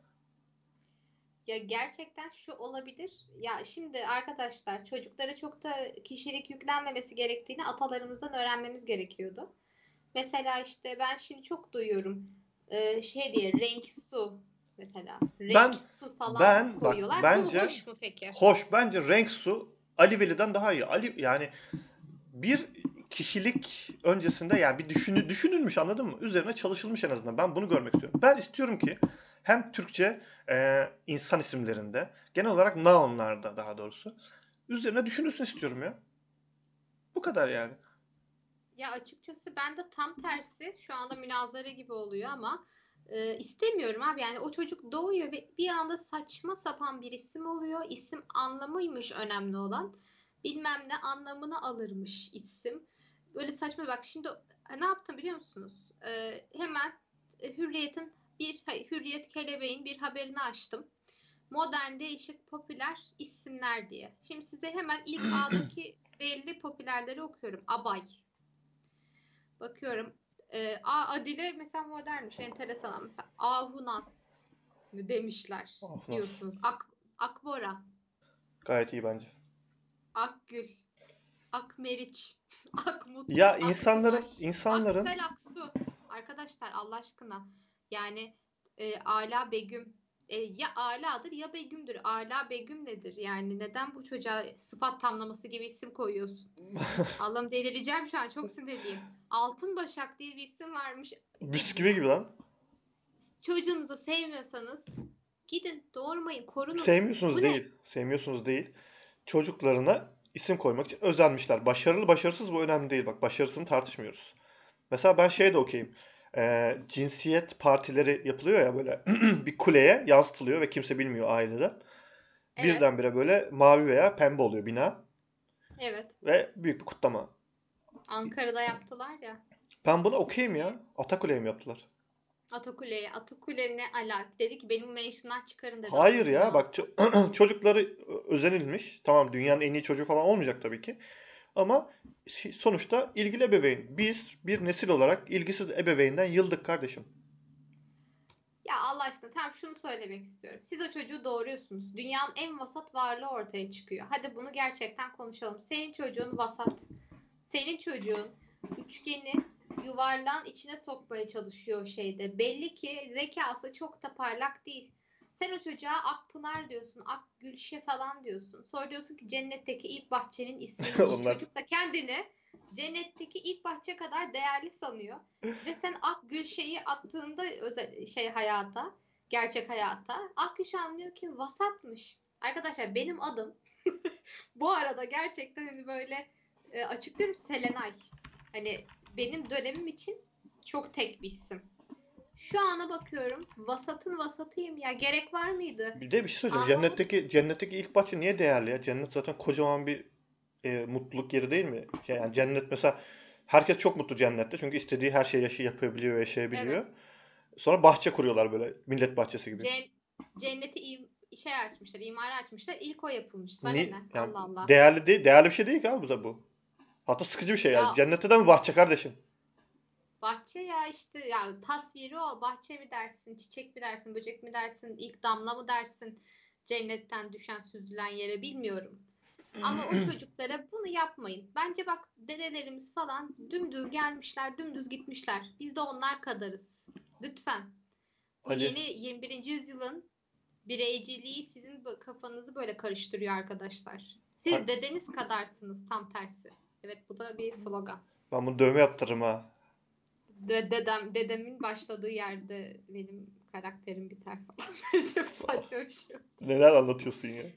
Ya gerçekten şu olabilir. Ya şimdi arkadaşlar çocuklara çok da kişilik yüklenmemesi gerektiğini atalarımızdan öğrenmemiz gerekiyordu. Mesela işte ben şimdi çok duyuyorum. Ee, şey diye renk su mesela. Renk Ben su falan ben bak koyuyorlar. Bu bence hoş mu peki? hoş. Bence renk su Ali Veli'den daha iyi. Ali yani bir kişilik öncesinde yani bir düşünü, düşünülmüş, anladın mı? Üzerine çalışılmış en azından. Ben bunu görmek istiyorum. Ben istiyorum ki hem Türkçe e, insan isimlerinde, genel olarak nounlarda daha doğrusu üzerine düşünülsün istiyorum ya. Bu kadar yani. Ya açıkçası ben de tam tersi. Şu anda münazara gibi oluyor ama e, istemiyorum abi. Yani o çocuk doğuyor ve bir anda saçma sapan bir isim oluyor. İsim anlamıymış önemli olan. Bilmem ne anlamını alırmış isim. Böyle saçma, bak şimdi e, ne yaptım biliyor musunuz? E, hemen e, Hürriyet'in bir hayır, Hürriyet Kelebeğin bir haberini açtım. Modern, değişik, popüler isimler diye. Şimdi size hemen ilk A'daki belli popülerleri okuyorum. Abay. Bakıyorum. E, A, Adile mesela modernmiş. Enteresan. Mesela Ahunas demişler Of, diyorsunuz. Ak, Akbora, gayet iyi bence. Akgül, Akmeriç, Akmutlu, Ya insanların Akpınar, insanların Aksel Aksu. Arkadaşlar Allah aşkına. Yani e, Ala Begüm. E, ya Ala'dır ya Begüm'dür. Ala Begüm nedir? Yani neden bu çocuğa sıfat tamlaması gibi isim koyuyorsun? Allah'ım delireceğim şu an. Çok sinirliyim. Altın Başak diye bir isim varmış. bisküvi gibi lan. Çocuğunuzu sevmiyorsanız gidin doğurmayın, korunun. Sevmiyorsunuz Bu ne? değil. Sevmiyorsunuz değil. Çocuklarına isim koymak için özenmişler. Başarılı başarısız bu önemli değil. Bak, başarısını tartışmıyoruz. Mesela ben şey de okeyim. Ee, cinsiyet partileri yapılıyor ya, böyle bir kuleye yansıtılıyor ve kimse bilmiyor aileden. Evet, Birdenbire böyle mavi veya pembe oluyor bina evet. ve büyük bir kutlama. Ankara'da yaptılar ya. Ben buna okeyim Şey, ya. Atakule'ye mi yaptılar? Atakule'ye. Atakule ne alak? Dedi ki benim mention'dan çıkarın dedi Hayır Atakule ya, abi. bak ço- çocukları özenilmiş. Tamam, dünyanın en iyi çocuğu falan olmayacak tabii ki. Ama si- sonuçta ilgili ebeveyn. Biz bir nesil olarak ilgisiz ebeveynden yıldık kardeşim. Ya Allah aşkına tam şunu söylemek istiyorum. Siz o çocuğu doğuruyorsunuz. Dünyanın en vasat varlığı ortaya çıkıyor. Hadi bunu gerçekten konuşalım. Senin çocuğun vasat. Senin çocuğun üçgeni yuvarlağın içine sokmaya çalışıyor o şeyde. Belli ki zekası çok da parlak değil. Sen o çocuğa Akpınar diyorsun, Akgülşe falan diyorsun. Sonra diyorsun ki cennetteki ilk bahçenin ismiymiş. Onlar Çocuk da kendini cennetteki ilk bahçe kadar değerli sanıyor. Ve sen Akgülşe'yi attığında özel şey hayata, gerçek hayata, Akgülşe anlıyor ki vasatmış. Arkadaşlar benim adım bu arada gerçekten hani böyle e, açıklıyorum, Selenay. Hani benim dönemim için çok tek bir isim. Şu ana bakıyorum. Vasatın vasatıyım ya. Gerek var mıydı? bir de bir şey söyleyeceğim. Anlamı Cennetteki cennetteki ilk bahçe niye değerli ya? Cennet zaten kocaman bir e, mutluluk yeri değil mi? Şey, Yani cennet mesela, herkes çok mutlu cennette çünkü istediği her şeyi yaşay yapabiliyor, yaşayabiliyor. evet. Sonra bahçe kuruyorlar böyle millet bahçesi gibi. Cen cenneti im şey açmışlar, imara açmışlar. İlk o yapılmış. Sana Ni ne? yani Allah Allah. değerli değil, değerli bir şey değil ki abi bu. bu. Hatta sıkıcı bir şey yani. Ya Cennette de mi bahçe kardeşim? bahçe ya işte ya tasviri o. Bahçe mi dersin, çiçek mi dersin, böcek mi dersin, ilk damla mı dersin? Cennetten düşen, süzülen yere bilmiyorum. Ama o çocuklara bunu yapmayın. Bence bak dedelerimiz falan dümdüz gelmişler, dümdüz gitmişler. Biz de onlar kadarız. Lütfen. Bu Ali, yeni yirmi birinci yüzyılın bireyciliği sizin kafanızı böyle karıştırıyor arkadaşlar. Siz dedeniz kadarsınız tam tersi. Evet, bu da bir slogan. ben bunu dövme yaptırırım ha. De dedem, dedemin başladığı yerde benim karakterim biter falan. Çok saçma bir şey. Neler anlatıyorsun ya?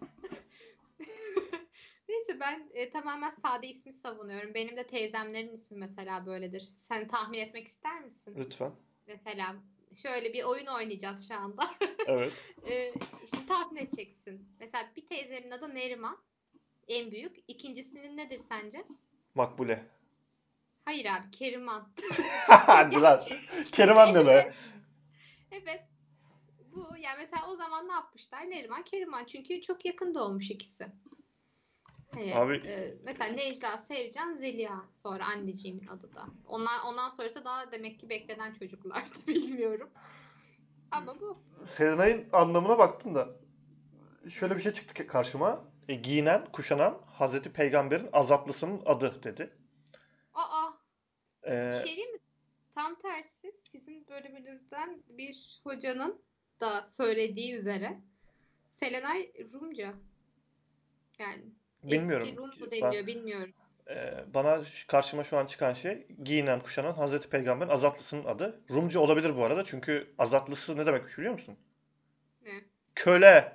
Neyse ben e, tamamen sade ismi savunuyorum. Benim de teyzemlerin ismi mesela böyledir. Sen tahmin etmek ister misin? Lütfen. Mesela şöyle bir oyun oynayacağız şu anda. Evet. e, şimdi tahmin edeceksin. Mesela bir teyzemin adı Neriman. En büyük. İkincisinin nedir sence? Makbule. Hayır abi, Keriman. Hadi lan. Gerçekten. Keriman ne be? Evet. Bu yani mesela o zaman ne yapmışlar? Neriman, Keriman. Çünkü çok yakın doğmuş ikisi. Hani, Abi e, mesela Necla, Sevcan, Zeliha sonra anneciğimin adı da. Ondan, ondan sonrası daha demek ki beklenen çocuklardı bilmiyorum. Ama bu. Serenay'ın anlamına baktım da şöyle Hı. bir şey çıktı ki karşıma. E, giyinen, kuşanan Hazreti Peygamber'in azatlısının adı dedi. Aa, bir E, şey değil mi? Tam tersi sizin bölümünüzden bir hocanın da söylediği üzere Selenay Rumca. Yani eski bilmiyorum. Rum mu Ben deniliyor bilmiyorum. e, bana ş- karşıma şu an çıkan şey giyinen, kuşanan Hazreti Peygamber'in azatlısının adı. Rumca olabilir bu arada çünkü azatlısı ne demek biliyor musun? Ne? Köle.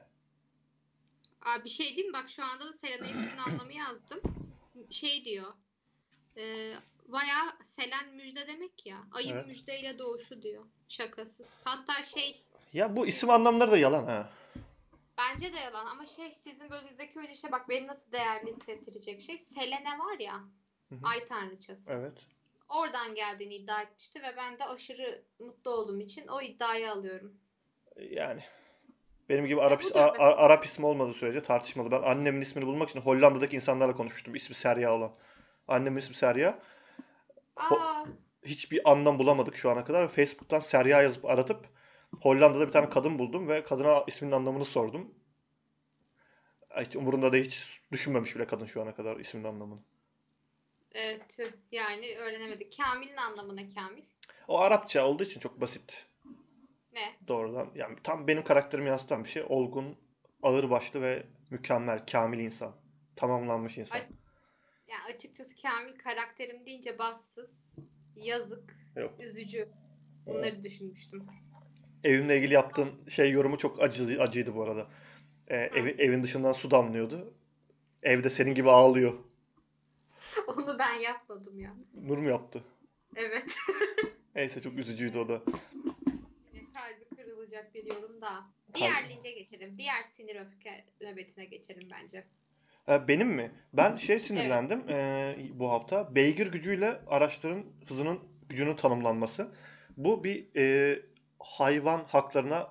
Aa, bir şey diyeyim mi? Bak şu anda da Selena isminin anlamı yazdım. Şey diyor. E, bayağı Selen müjde demek ya. Ayın Evet. müjdeyle doğuşu diyor. Şakasız. Hatta şey Ya bu isim sizin anlamları da yalan ha. bence de yalan ama şey sizin bölümünüzdeki hoca işte bak beni nasıl değerli hissettirecek şey Selene var ya Hı hı. ay tanrıçası. Evet. Oradan geldiğini iddia etmişti ve ben de aşırı mutlu olduğum için o iddiayı alıyorum. Yani benim gibi E Arap, is- budur A- A- mesela. Arap ismi olmadığı sürece tartışmalı. Ben annemin ismini bulmak için Hollanda'daki insanlarla konuşmuştum. İsmi Serya olan. Annemin ismi Serya. Ho- Aa, hiçbir anlam bulamadık şu ana kadar. Facebook'tan Serya yazıp aratıp Hollanda'da bir tane kadın buldum ve kadına isminin anlamını sordum. Hiç umurunda da hiç düşünmemiş bile kadın şu ana kadar isminin anlamını. evet tüh. Yani öğrenemedik. Kamil'in anlamı ne Kamil? O Arapça olduğu için çok basit. Ne? Doğrudan. Yani tam benim karakterimi yansıtan bir şey. Olgun, ağırbaşlı ve mükemmel, kamil insan. Tamamlanmış insan. A- yani açıkçası Kamil karakterim deyince bassız, yazık, Yok. üzücü. O Bunları düşünmüştüm. evimle ilgili yaptığın şey yorumu çok acı, acıydı bu arada. Ee, Hı. evi, evin dışından su damlıyordu. Evde senin gibi ağlıyor. Onu ben yapmadım ya. Nur mu yaptı? Evet. Neyse çok üzücüydü o da. Yine kalbi kırılacak bir yorum daha. Kal- Diğer lince geçelim. Diğer sinir öfke nöbetine geçelim bence. Ha, benim mi? Ben şey Evet. sinirlendim ee, bu hafta. Beygir gücüyle araçların hızının gücünün tanımlanması. Bu bir ee, hayvan haklarına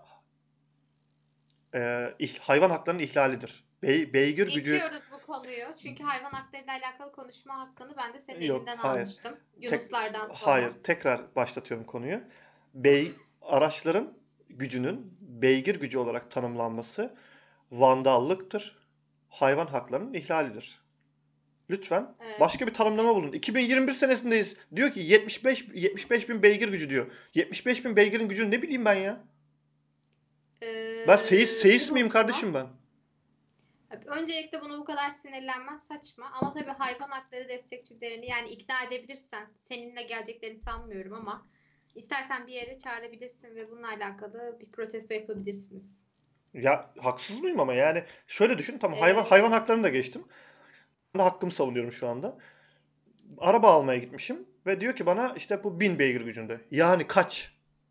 ee, ih- hayvan haklarının ihlalidir. Bey, beygir gücü Geçiyoruz bu konuyu. Çünkü hayvan haklarıyla alakalı konuşma hakkını ben de senin yok. elinden Hayır. almıştım. Tek, Yunuslardan hayır. sonra. Tekrar başlatıyorum konuyu. Bey araçların gücünün beygir gücü olarak tanımlanması vandallıktır. Hayvan haklarının ihlalidir. Lütfen Ee, başka bir tanımlama bulun. iki bin yirmi bir senesindeyiz. Diyor ki yetmiş beş yetmiş beş bin beygir gücü diyor. yetmiş beş bin beygirin gücünü ne bileyim ben ya? e, Ben seyis, seyis bu miyim durumda kardeşim ben? öncelikle buna bu kadar sinirlenmen saçma. Ama tabii hayvan hakları destekçilerini yani ikna edebilirsen seninle geleceklerini sanmıyorum ama istersen bir yere çağırabilirsin ve bununla alakalı bir protesto yapabilirsiniz. Ya haksız mıyım ama yani şöyle düşün. Tamam hayvan Ee, hayvan haklarını da geçtim. Ben de hakkımı savunuyorum şu anda. Araba almaya gitmişim ve diyor ki bana işte bu bin beygir gücünde. Yani kaç?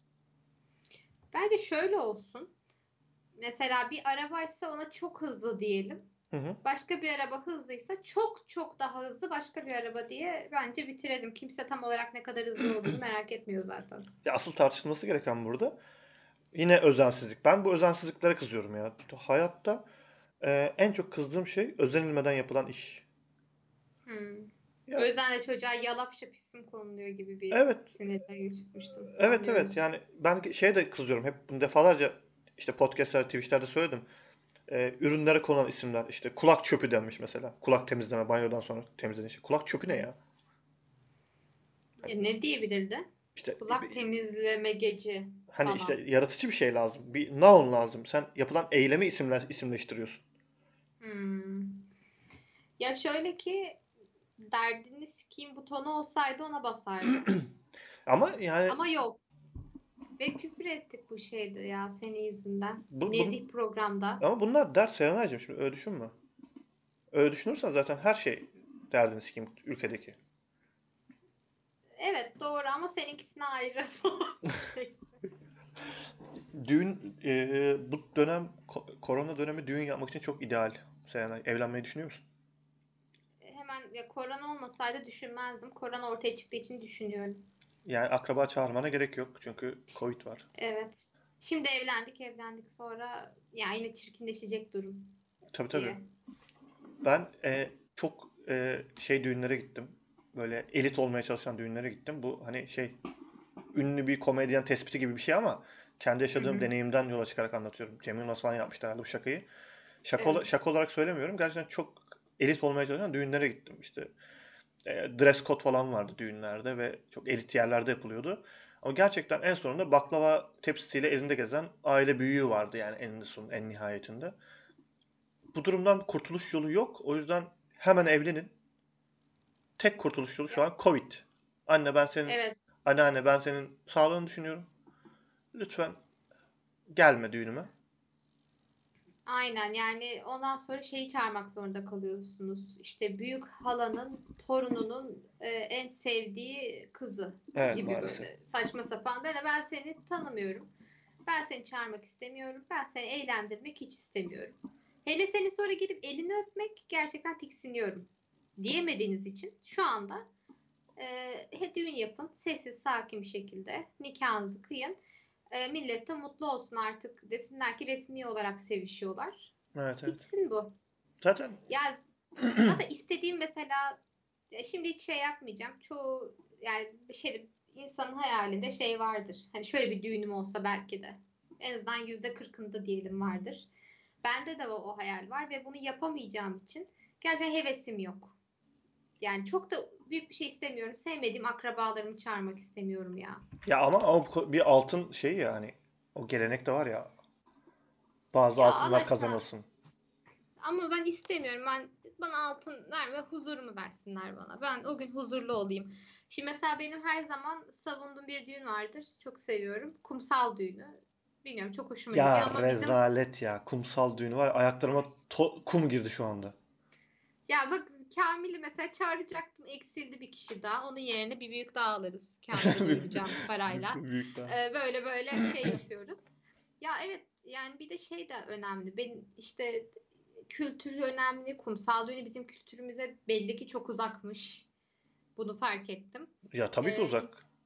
bence şöyle olsun. Mesela bir arabaysa ona çok hızlı diyelim. Hı hı. Başka bir araba hızlıysa çok çok daha hızlı başka bir araba diye bence bitirelim. Kimse tam olarak ne kadar hızlı olduğunu merak etmiyor zaten. Ya asıl tartışılması gereken burada yine özensizlik. Ben bu özensizliklere kızıyorum ya. Hayatta e, en çok kızdığım şey özenilmeden yapılan iş. Hmm. O Ya yüzden de çocuğa yalapşap isim konuluyor gibi bir evet, sinirle çıkmıştım. evet, evet. Anlıyoruz. Yani ben şeye de kızıyorum. Hep bunu defalarca işte podcastler, Twitch'lerde söyledim. E, ürünlere konan isimler. İşte kulak çöpü denmiş mesela. Kulak temizleme, banyodan sonra temizlediğin şey. Kulak çöpü ne ya? E, ne diyebilirdi? İşte Kulak temizlemegeci hani falan. işte yaratıcı bir şey lazım. Bir noun lazım. Sen yapılan eylemi isimle, isimleştiriyorsun. Hmm. Ya şöyle ki derdini sikeyim butonu olsaydı ona basardım. Ama yani Ama yok. Ve küfür ettik bu şeyde ya senin yüzünden. bu, bu- Nezih programda. ama bunlar dert Serenay'cığım. Şimdi öyle düşünme. Öyle düşünürsen zaten her şey derdini sikeyim ülkedeki. Evet doğru ama seninkisine ayrı. Neyse. Düğün e, bu dönem ko- korona dönemi düğün yapmak için çok ideal. Serenay evlenmeyi düşünüyor musun? Hemen ya korona olmasaydı düşünmezdim. Korona ortaya çıktığı için düşünüyorum. Yani akraba çağırmana gerek yok çünkü Covid var. Evet. Şimdi evlendik evlendik sonra ya yine çirkinleşecek durum Tabii tabii. diye. Ben e, çok e, şey düğünlere gittim. Böyle elit olmaya çalışan düğünlere gittim. Bu hani şey ünlü bir komedyen tespiti gibi bir şey ama kendi Hı yaşadığım hı. deneyimden yola çıkarak anlatıyorum. Cem Yılmaz falan yapmışlar herhalde bu şakayı. Şaka, ola- Evet. şaka olarak söylemiyorum. Gerçekten çok elit olmaya çalışan düğünlere gittim. İşte e, dress code falan vardı düğünlerde ve çok elit yerlerde yapılıyordu. Ama gerçekten en sonunda baklava tepsisiyle elinde gezen aile büyüğü vardı yani eninde sonunda, en nihayetinde. Bu durumdan kurtuluş yolu yok. O yüzden hemen evlenin. Tek kurtuluş yolu şu Ya, an Covid. Anne ben senin, evet. anneanne ben senin sağlığını düşünüyorum. Lütfen gelme düğünüme. Aynen yani ondan sonra şeyi çağırmak zorunda kalıyorsunuz. İşte büyük halanın torununun e, en sevdiği kızı Evet gibi maalesef. böyle saçma sapan. Böyle ben seni tanımıyorum. Ben seni çağırmak istemiyorum. Ben seni eğlendirmek hiç istemiyorum. Hele seni sonra gelip elini öpmek gerçekten tiksiniyorum diyemediğiniz için şu anda e, he düğün yapın. Sessiz sakin bir şekilde nikahınızı kıyın. E, millet de mutlu olsun artık desinler ki resmi olarak sevişiyorlar. Evet evet. Bitsin bu. Zaten Ya zaten istediğim mesela ya şimdi hiç şey yapmayacağım. Çoğu yani bir şey insanın hayalinde şey vardır. Hani şöyle bir düğünüm olsa belki de. En azından yüzde kırkında diyelim vardır. Bende de o, o hayal var ve bunu yapamayacağım için gerçekten hevesim yok. Yani çok da büyük bir şey istemiyorum. Sevmediğim akrabalarımı çağırmak istemiyorum ya. ya ama o bir altın şey ya hani o gelenek de var ya bazı Ya Allah altınlar aşkına kazanılsın. ama ben istemiyorum. Ben bana altın verme, huzurumu versinler bana. Ben o gün huzurlu olayım. Şimdi mesela benim her zaman savunduğum bir düğün vardır. Çok seviyorum. Kumsal düğünü. Bilmiyorum çok hoşuma gidiyor Ya ama bizim rezalet ya. Kumsal düğünü var. Ayaklarıma to- kum girdi şu anda. ya bak Kamil'i mesela çağıracaktım. Eksildi bir kişi daha. Onun yerine bir büyük daha alırız. Kamil'i doyuracağımız parayla. Büyük daha. Ee, böyle böyle şey yapıyoruz. Ya evet yani bir de şey de önemli. Benim işte kültürü önemli. Kumsal düğünü bizim kültürümüze belli ki çok uzakmış. Bunu fark ettim. Ya tabii ki Ee, uzak. ins-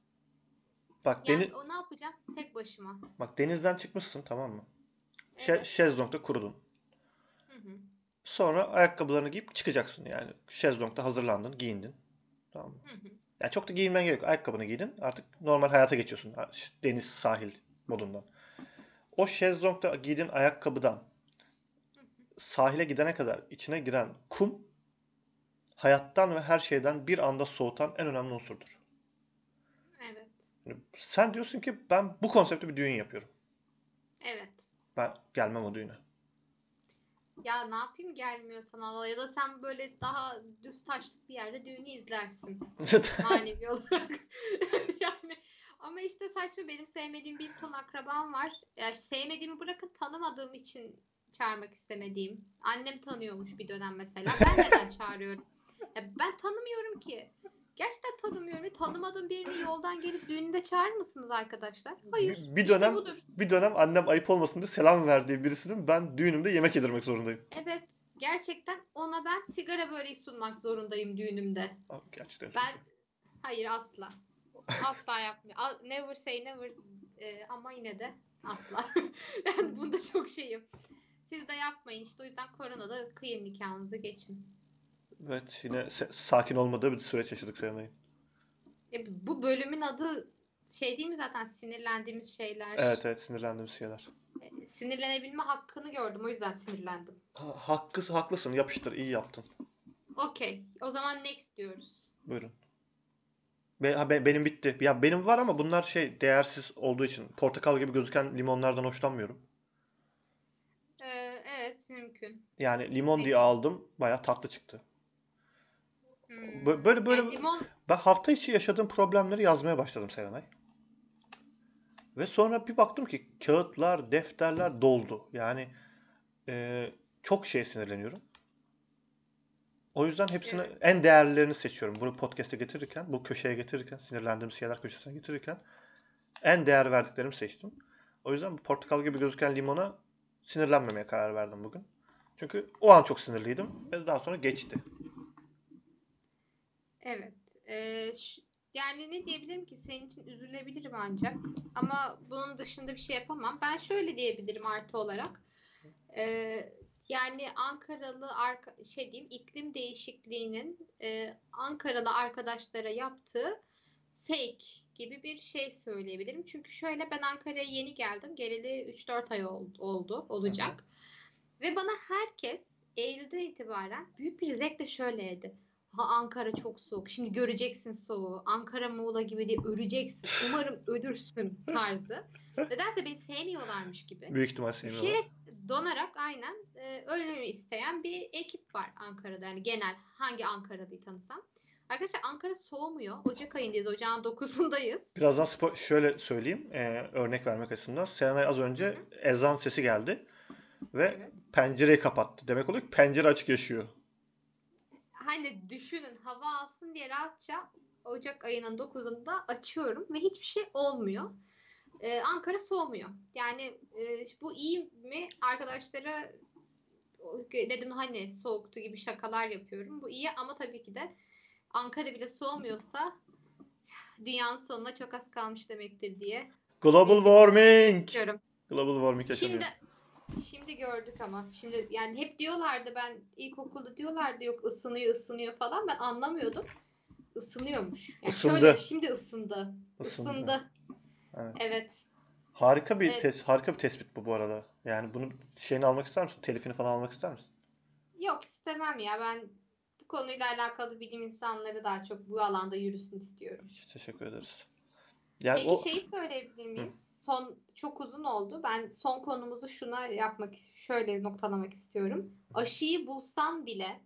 Bak deniz yani o ne yapacağım? Tek başıma. bak denizden çıkmışsın tamam mı? Şe Evet. şezlongda kurudun. Hı hı. Sonra ayakkabılarını giyip çıkacaksın yani. Şezlongda hazırlandın, giyindin. Tamam mı? Hı hı. Yani çok da giyinmen gerek yok. Ayakkabını giydin. Artık normal hayata geçiyorsun. Deniz, sahil modundan. O şezlongda giydiğin ayakkabıdan Hı hı. sahile gidene kadar içine giren kum hayattan ve her şeyden bir anda soğutan en önemli unsurdur. Evet. Yani sen diyorsun ki ben bu konsepte bir düğün yapıyorum. Evet. Ben gelmem o düğüne. Ya ne yapayım gelmiyorsan Allah ya da sen böyle daha düz taşlık bir yerde düğünü izlersin. Manevi olarak. Yani ama işte saçma benim sevmediğim bir ton akrabam var. Ya sevmediğimi bırakın tanımadığım için çağırmak istemediğim. Annem tanıyormuş bir dönem mesela. Ben neden çağırıyorum? Ya ben tanımıyorum ki. Gerçekten tanımıyorum ve tanımadığım birini yoldan gelip düğününde çağırır mısınız arkadaşlar? Hayır. Bir, bir İşte dönem budur. bir dönem annem ayıp olmasın diye selam verdiği birisinin ben düğünümde yemek yedirmek zorundayım. Evet. Gerçekten ona ben sigara böreği sunmak zorundayım düğünümde. Abi gerçekten çok Ben iyi. hayır asla. Asla yapmıyor. A- Never say never e, ama yine de asla. Ben bunda çok şeyim. Siz de yapmayın işte o yüzden koronada kıyın nikahınızı geçin. Evet yine se- sakin olmadığı bir süreç yaşadık Serenay'ın. E, bu bölümün adı şey değil mi zaten sinirlendiğimiz şeyler. Evet evet sinirlendiğim şeyler. E, sinirlenebilme hakkını gördüm o yüzden sinirlendim. Ha, hakkı, haklısın yapıştır iyi yaptın. Okey. O zaman next diyoruz. Buyurun. Be- ha, be- benim bitti. Ya benim var ama bunlar şey değersiz olduğu için portakal gibi gözüken limonlardan hoşlanmıyorum. E, evet mümkün. Yani limon diye Dediğin. aldım bayağı tatlı çıktı. Bö- Hmm, Böyle böyle yani limon. ben hafta içi yaşadığım problemleri yazmaya başladım Serenay. Ve sonra bir baktım ki kağıtlar, defterler doldu. Yani e, çok şeye sinirleniyorum. O yüzden hepsini Evet. en değerlilerini seçiyorum. Bunu podcast'e getirirken, bu köşeye getirirken, sinirlendiğim şeyler köşesine getirirken en değer verdiklerimi seçtim. O yüzden bu portakal gibi gözüken limona sinirlenmemeye karar verdim bugün. Çünkü o an çok sinirliydim ve daha sonra geçti. Evet. Ee, ş- yani ne diyebilirim ki senin için üzülebilirim ancak ama bunun dışında bir şey yapamam. Ben şöyle diyebilirim artı olarak. Ee, yani Ankaralı arka, şey diyeyim iklim değişikliğinin e, Ankaralı arkadaşlara yaptığı fake gibi bir şey söyleyebilirim. Çünkü şöyle ben Ankara'ya yeni geldim. Geleli üç dört ay oldu, oldu olacak. Ve bana herkes Eylül'den itibaren büyük bir zevkle şöyleydi. Ha Ankara çok soğuk. Şimdi göreceksin soğuğu. Ankara Muğla gibi diye öleceksin. Umarım ölürsün tarzı. Nedense beni sevmiyorlarmış gibi. Büyük ihtimal sevmiyorlar. Üşüyerek, donarak aynen e, ölümü isteyen bir ekip var Ankara'da. Yani genel hangi Ankara'lıyı tanısam. Arkadaşlar Ankara soğumuyor. Ocak ayındayız. Ocağın dokuzundayız. Birazdan spo- şöyle söyleyeyim, e, örnek vermek açısından. Serenay az önce Hı hı. ezan sesi geldi ve Evet. pencereyi kapattı. Demek oluyor ki pencere açık yaşıyor. Hani düşünün hava alsın diye rahatça Ocak ayının dokuzunda açıyorum ve hiçbir şey olmuyor. Ee, Ankara soğumuyor. Yani e, bu iyi mi? Arkadaşlara dedim hani soğuktu gibi şakalar yapıyorum. Bu iyi ama tabii ki de Ankara bile soğumuyorsa dünyanın sonuna çok az kalmış demektir diye Global bir söylemek warming. istiyorum. Global warming yaşanıyor. Şimdi şimdi gördük ama şimdi yani hep diyorlardı ben ilkokulda diyorlardı yok ısınıyor ısınıyor falan ben anlamıyordum. Isınıyormuş. Yani Isındı. şöyle şimdi ısındı. Isındı. Isındı. Evet. Evet. Harika bir Evet. tes- harika bir tespit bu bu arada. Yani bunu şeyini almak ister misin? Telifini falan almak ister misin? Yok istemem ya ben bu konuyla alakalı bilim insanları daha çok bu alanda yürüsün istiyorum. Teşekkür ederiz. Yani Peki o şeyi söyleyebilir miyiz? Son çok uzun oldu. Ben son konumuzu şuna yapmak şöyle noktalamak istiyorum. Aşıyı bulsan bile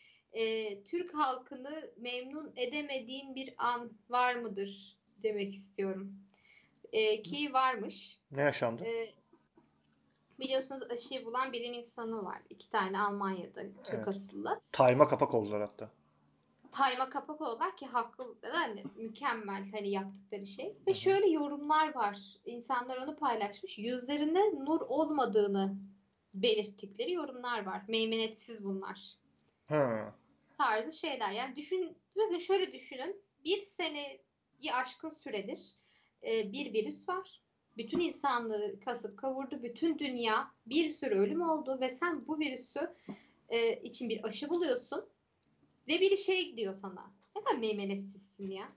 e, Türk halkını memnun edemediğin bir an var mıdır demek istiyorum. E, ki varmış. ne yaşandı? E, biliyorsunuz aşıyı bulan bilim insanı var. İki tane Almanya'da Türk Evet. asıllı. Tayma kapak oldular hatta. Tayma kapak oldular ki haklı yani mükemmel hani yaptıkları şey. Hı Ve hı. şöyle yorumlar var. İnsanlar onu paylaşmış. Yüzlerinde nur olmadığını belirttikleri yorumlar var. Meymenetsiz bunlar. Hı. Tarzı şeyler. Yani düşün, bakın şöyle düşünün. Bir seneyi aşkın süredir e, bir virüs var. Bütün insanlığı kasıp kavurdu. Bütün dünya bir sürü ölüm oldu ve sen bu virüsü e, için bir aşı buluyorsun ve bir şey diyor sana. Ne kadar meymenetsizsin ya.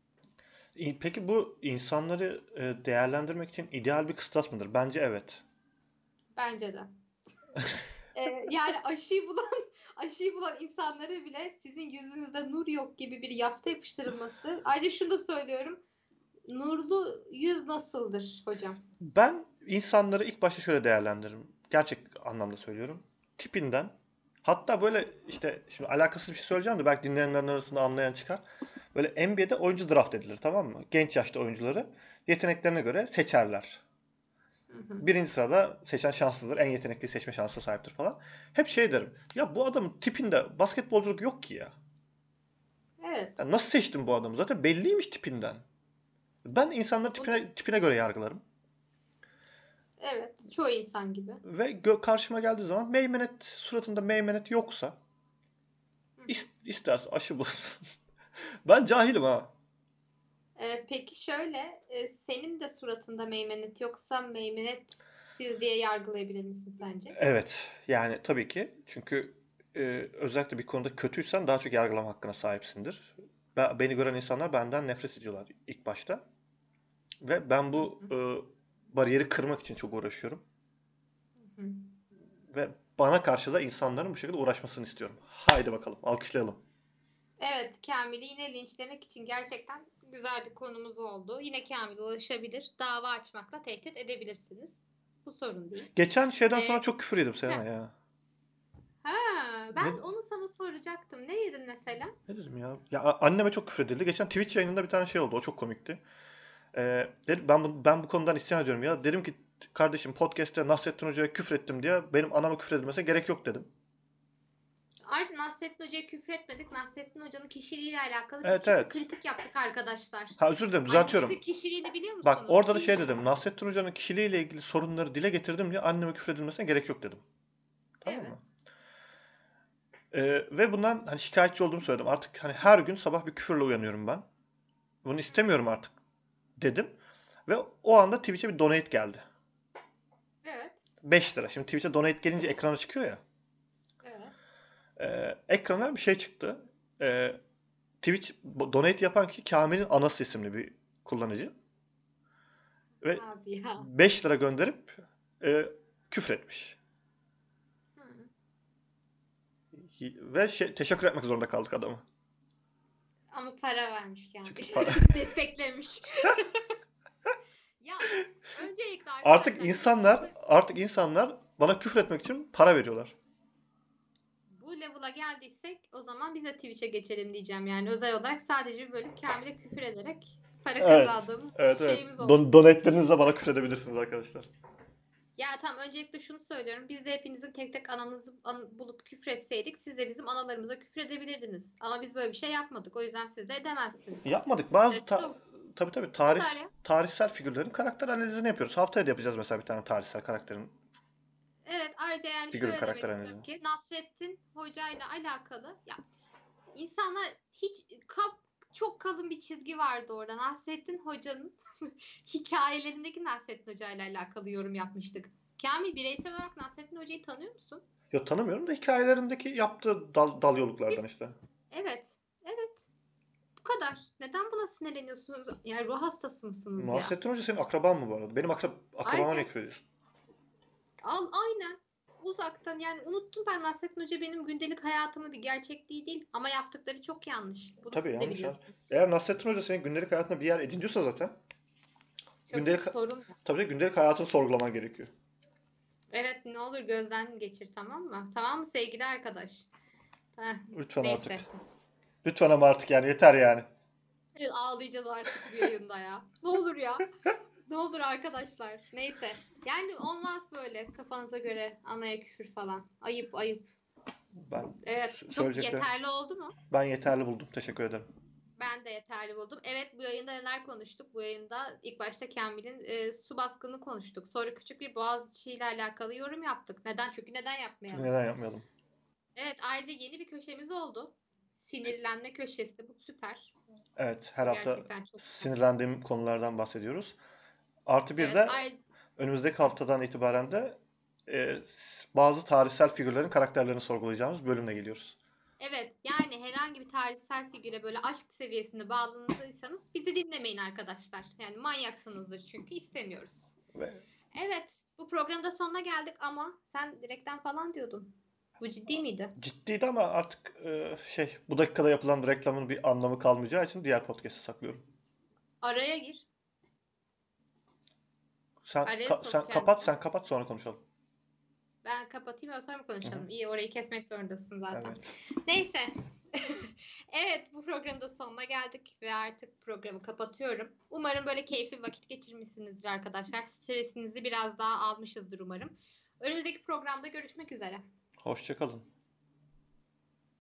İ- Peki bu insanları e, değerlendirmek için ideal bir kıstas mıdır? Bence evet. Bence de. E, yani aşıyı bulan aşıyı bulan insanlara bile sizin yüzünüzde nur yok gibi bir yafta yapıştırılması. Ayrıca şunu da söylüyorum. Nurlu yüz nasıldır hocam? Ben insanları ilk başta şöyle değerlendiririm. Gerçek anlamda söylüyorum. Tipinden. Hatta böyle işte şimdi alakasız bir şey söyleyeceğim de belki dinleyenlerin arasında anlayan çıkar. Böyle N B A'de oyuncu draft edilir, tamam mı? Genç yaşta oyuncuları yeteneklerine göre seçerler. Hı hı. Birinci sırada seçen şanslıdır. En yetenekli seçme şansına sahiptir falan. Hep şey derim. Ya bu adamın tipinde basketbolculuk yok ki ya. Evet. Ya nasıl seçtin bu adamı? Zaten belliymiş tipinden. Ben insanları tipine, tipine göre yargılarım. Evet. Çoğu insan gibi. Ve gö- karşıma geldiği zaman meymenet, suratında meymenet yoksa Hı hı. is- isterse aşı bulsun. Ben cahilim ha. Ee, peki şöyle, e, senin de suratında meymenet yoksa meymenetsiz diye yargılayabilir misin sence? Evet. Yani tabii ki. Çünkü e, özellikle bir konuda kötüysen daha çok yargılama hakkına sahipsindir. Ben, beni gören insanlar benden nefret ediyorlar ilk başta. Ve ben Hı bu hı. e, bariyeri kırmak için çok uğraşıyorum. Hı hı. Ve bana karşı da insanların bu şekilde uğraşmasını istiyorum. Haydi bakalım, alkışlayalım. Evet, Kamil'i yine linçlemek için gerçekten güzel bir konumuz oldu. Yine Kamil'e ulaşabilir, dava açmakla tehdit edebilirsiniz. Bu sorun değil. Geçen şeyden Ee, sonra çok küfür yedim heh. Selena ya. Ha, ben Ne, onu sana soracaktım. Ne yedin mesela? ne dedim ya? Ya a- anneme çok küfür edildi. Geçen Twitch yayınında bir tane şey oldu. O çok komikti. Ee, dedim, ben, bu, ben bu konudan isyan ediyorum ya. Dedim ki kardeşim podcast'te Nasrettin Hoca'ya küfür ettim diye benim anama küfür edilmesine gerek yok dedim. Ayrıca Nasrettin Hoca'ya küfür etmedik. Nasrettin Hoca'nın kişiliğiyle alakalı Evet küçük bir evet. kritik yaptık arkadaşlar. Ha özür dilerim, düzeltiyorum. Annemizin kişiliğini biliyor Bak musunuz? orada da şey dedim. Bilmiyorum. Nasrettin Hoca'nın kişiliğiyle ilgili sorunları dile getirdim diye anneme küfür edilmesine gerek yok dedim. Tamam Evet. mı? Ee, ve bundan hani şikayetçi olduğumu söyledim. Artık hani her gün sabah bir küfürle uyanıyorum ben. Bunu istemiyorum artık dedim. Ve o anda Twitch'e bir donate geldi. Evet. beş lira. Şimdi Twitch'e donate gelince ekrana çıkıyor ya. Evet. Ee, ekrana bir şey çıktı. Ee, Twitch bu donate yapan kişi Kamil'in Anası isimli bir kullanıcı. Ve Abi ya. beş lira gönderip e, küfretmiş. Hı. Ve şey, teşekkür etmek zorunda kaldık adamı. Ama para vermiş yani. Çünkü para- Desteklemiş. Ya öncelikle arkadaşlar Artık insanlar artık insanlar bana küfretmek için para veriyorlar. bu level'a geldiysek o zaman biz de Twitch'e geçelim diyeceğim yani. Özel olarak sadece bir bölüm Kamil'e küfür ederek para Evet, kazandığımız Evet, bir evet. şeyimiz olsun. Don donate'lerinizle bana küfredebilirsiniz arkadaşlar. Ya tamam, öncelikle şunu söylüyorum. Biz de hepinizin tek tek ananızı an- bulup küfretseydik siz de bizim analarımıza küfredebilirdiniz. Ama biz böyle bir şey yapmadık. O yüzden siz de edemezsiniz. Yapmadık. Bazı Evet, ta- so- tabii tabii Bu tarih kadar ya. tarihsel figürlerin karakter analizini yapıyoruz. Haftaya da yapacağız mesela bir tane tarihsel karakterin. Evet, ayrıca yani Figürün şöyle demek karakter istiyorum analizi. ki Nasrettin Hoca ile alakalı ya insanlar hiç kap, çok kalın bir çizgi vardı orada. Nasrettin Hoca'nın hikayelerindeki Nasrettin Hoca ile alakalı yorum yapmıştık. Kamil, bireysel olarak Nasrettin Hoca'yı tanıyor musun? Yok, tanımıyorum da hikayelerindeki yaptığı dal, dal yoluklardan Siz- işte. Evet. Evet. Bu kadar. Neden buna sinirleniyorsunuz? Yani ruh hastası mısınız ya? Nasrettin Hoca senin akraban mı bu arada? Benim akrab akrabama Ayrıca- ne küfür ediyorsun? Al, aynen. Uzaktan yani unuttum ben, Nasrettin Hoca benim gündelik hayatımın bir gerçekliği değil ama yaptıkları çok yanlış. Bunu Tabii siz de yanlış abi. biliyorsunuz. Eğer Nasrettin Hoca senin gündelik hayatında bir yer ediniyorsa zaten Çok gündelik- sorun yok. tabii de gündelik hayatını sorgulaman gerekiyor. Evet, ne olur gözden geçir, tamam mı? Tamam mı sevgili arkadaş? Heh, Lütfen neyse. artık. Lütfen ama artık yani yeter yani. Evet, ağlayacağız artık bu yayında ya. Ne olur ya. Ne olur arkadaşlar. Neyse. Yani olmaz böyle kafanıza göre anaya küfür falan. Ayıp ayıp. Ben Evet, S- çok söyleyeceklerim- yeterli oldu mu? ben yeterli buldum. Teşekkür ederim. Ben de yeterli buldum. Evet, bu yayında neler konuştuk? Bu yayında ilk başta Kamil'in e, su baskını konuştuk. Sonra küçük bir Boğaziçi ile alakalı yorum yaptık. Neden? Çünkü neden yapmayalım? Çünkü neden yapmayalım? Evet, ayrıca yeni bir köşemiz oldu. Sinirlenme köşesi. Bu süper. Evet, her hafta Gerçekten çok güzel. sinirlendiğim konulardan bahsediyoruz. Artı bir Evet, de ayrı- önümüzdeki haftadan itibaren de e, s- bazı tarihsel figürlerin karakterlerini sorgulayacağımız bölümle geliyoruz. evet, yani herhangi bir tarihsel figüre böyle aşk seviyesinde bağlandıysanız bizi dinlemeyin arkadaşlar. Yani manyaksınızdır çünkü istemiyoruz. Ve Evet, bu programda sonuna geldik ama sen direkten falan diyordun. Bu ciddi miydi? ciddiydi ama artık e, şey bu dakikada yapılan reklamın bir anlamı kalmayacağı için diğer podcast'e saklıyorum. Araya gir. Sen Araya ka- sok sen kendini. kapat, sen kapat sonra konuşalım. Ben kapatayım, sonra mı konuşalım? Hı hı. İyi, orayı kesmek zorundasın zaten. Evet. Neyse. Evet, bu programın da sonuna geldik ve artık programı kapatıyorum. Umarım böyle keyifli vakit geçirmişsinizdir arkadaşlar. Stresinizi biraz daha almışızdır umarım. Önümüzdeki programda görüşmek üzere. Hoşça kalın.